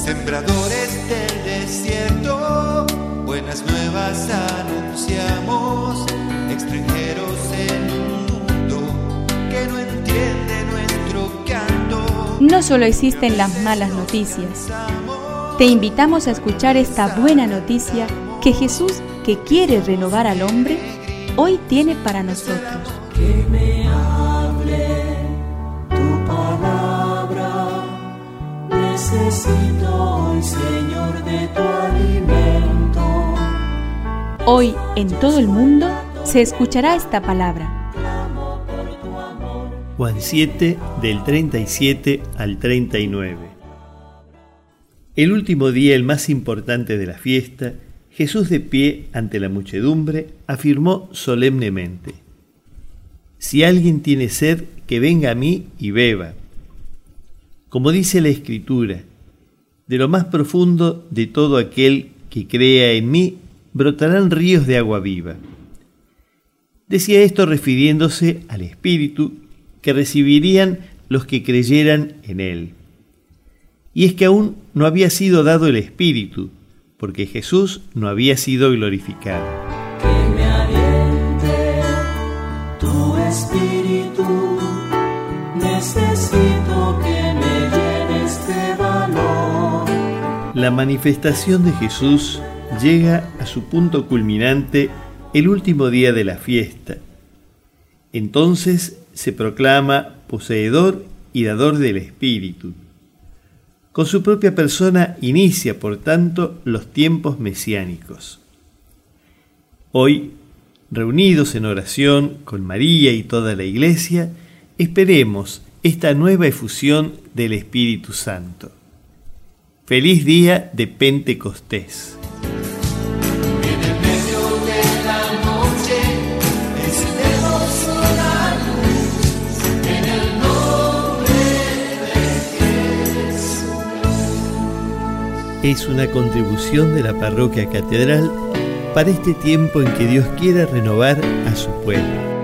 Sembradores del desierto, buenas nuevas anunciamos, extranjeros en un mundo que no entiende nuestro canto. No solo existen las malas noticias. Te invitamos a escuchar esta buena noticia que Jesús, que quiere renovar al hombre, hoy tiene para nosotros. Que me hable tu palabra, necesito hoy, Señor, de tu alimento. Hoy en todo el mundo se escuchará esta palabra. Juan 7, del 37 al 39. El último día, el más importante de la fiesta, Jesús, de pie ante la muchedumbre, afirmó solemnemente: si alguien tiene sed, que venga a mí y beba. Como dice la Escritura, de lo más profundo de todo aquel que crea en mí, brotarán ríos de agua viva. Decía esto refiriéndose al Espíritu que recibirían los que creyeran en él. Y es que aún no había sido dado el Espíritu, porque Jesús no había sido glorificado. Que me aliente tu Espíritu, necesito que me llenes de valor. La manifestación de Jesús llega a su punto culminante el último día de la fiesta. Entonces se proclama poseedor y dador del Espíritu. Con su propia persona inicia, por tanto, los tiempos mesiánicos. Hoy, reunidos en oración con María y toda la Iglesia, esperemos esta nueva efusión del Espíritu Santo. Feliz día de Pentecostés. Es una contribución de la Parroquia Catedral para este tiempo en que Dios quiera renovar a su pueblo.